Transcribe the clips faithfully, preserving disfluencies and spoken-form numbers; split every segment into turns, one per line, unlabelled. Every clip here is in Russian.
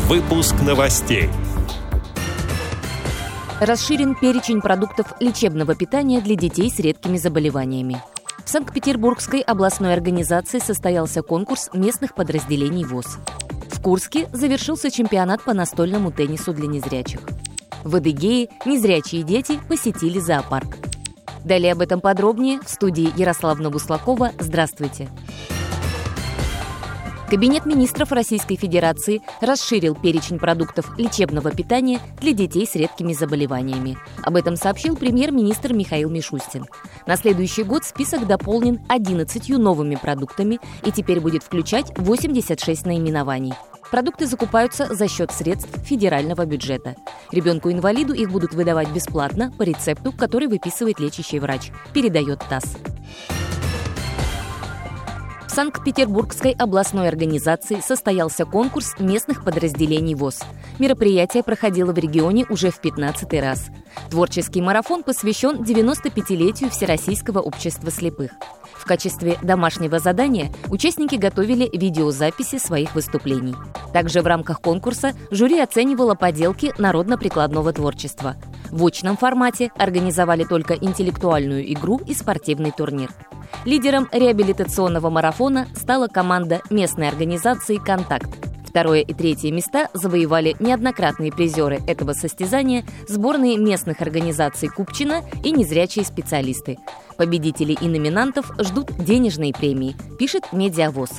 Выпуск новостей.
Расширен перечень продуктов лечебного питания для детей с редкими заболеваниями. В Санкт-Петербургской областной организации состоялся конкурс местных подразделений ВОС. В Курске завершился чемпионат по настольному теннису для незрячих. В Адыгее незрячие дети посетили зоопарк. Далее об этом подробнее в студии Ярославна Буслакова. Здравствуйте! Кабинет министров Российской Федерации расширил перечень продуктов лечебного питания для детей с редкими заболеваниями. Об этом сообщил премьер-министр Михаил Мишустин. На следующий год список дополнен одиннадцатью новыми продуктами и теперь будет включать восемьдесят шесть наименований. Продукты закупаются за счет средств федерального бюджета. Ребенку-инвалиду их будут выдавать бесплатно по рецепту, который выписывает лечащий врач, передает ТАСС. В Санкт-Петербургской областной организации состоялся конкурс местных подразделений ВОС. Мероприятие проходило в регионе уже в пятнадцатый раз. Творческий марафон посвящен девяностопятилетию Всероссийского общества слепых. В качестве домашнего задания участники готовили видеозаписи своих выступлений. Также в рамках конкурса жюри оценивало поделки народно-прикладного творчества. В очном формате организовали только интеллектуальную игру и спортивный турнир. Лидером реабилитационного марафона стала команда местной организации «Контакт». Второе и третье места завоевали неоднократные призеры этого состязания, сборные местных организаций Купчино и незрячие специалисты. Победителей и номинантов ждут денежные премии, пишет Медиавоз.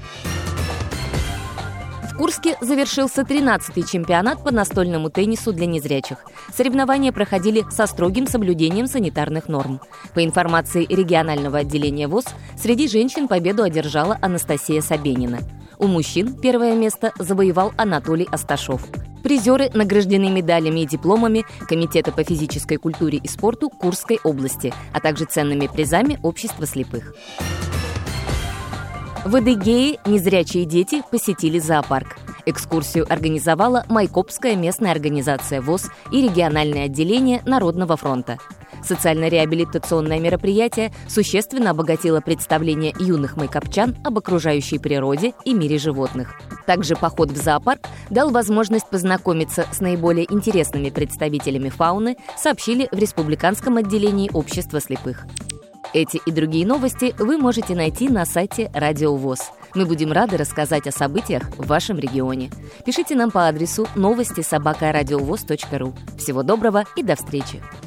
В Курске завершился тринадцатый чемпионат по настольному теннису для незрячих. Соревнования проходили со строгим соблюдением санитарных норм. По информации регионального отделения ВОС, среди женщин победу одержала Анастасия Собенина. У мужчин первое место завоевал Анатолий Асташов. Призеры награждены медалями и дипломами Комитета по физической культуре и спорту Курской области, а также ценными призами Общества слепых. В Адыгее незрячие дети посетили зоопарк. Экскурсию организовала Майкопская местная организация ВОС и региональное отделение Народного фронта. Социально-реабилитационное мероприятие существенно обогатило представление юных майкопчан об окружающей природе и мире животных. Также поход в зоопарк дал возможность познакомиться с наиболее интересными представителями фауны, сообщили в Республиканском отделении Общества слепых. Эти и другие новости вы можете найти на сайте Радио ВОС. Мы будем рады рассказать о событиях в вашем регионе. Пишите нам по адресу новости собака радиовос точка ру. Всего доброго и до встречи!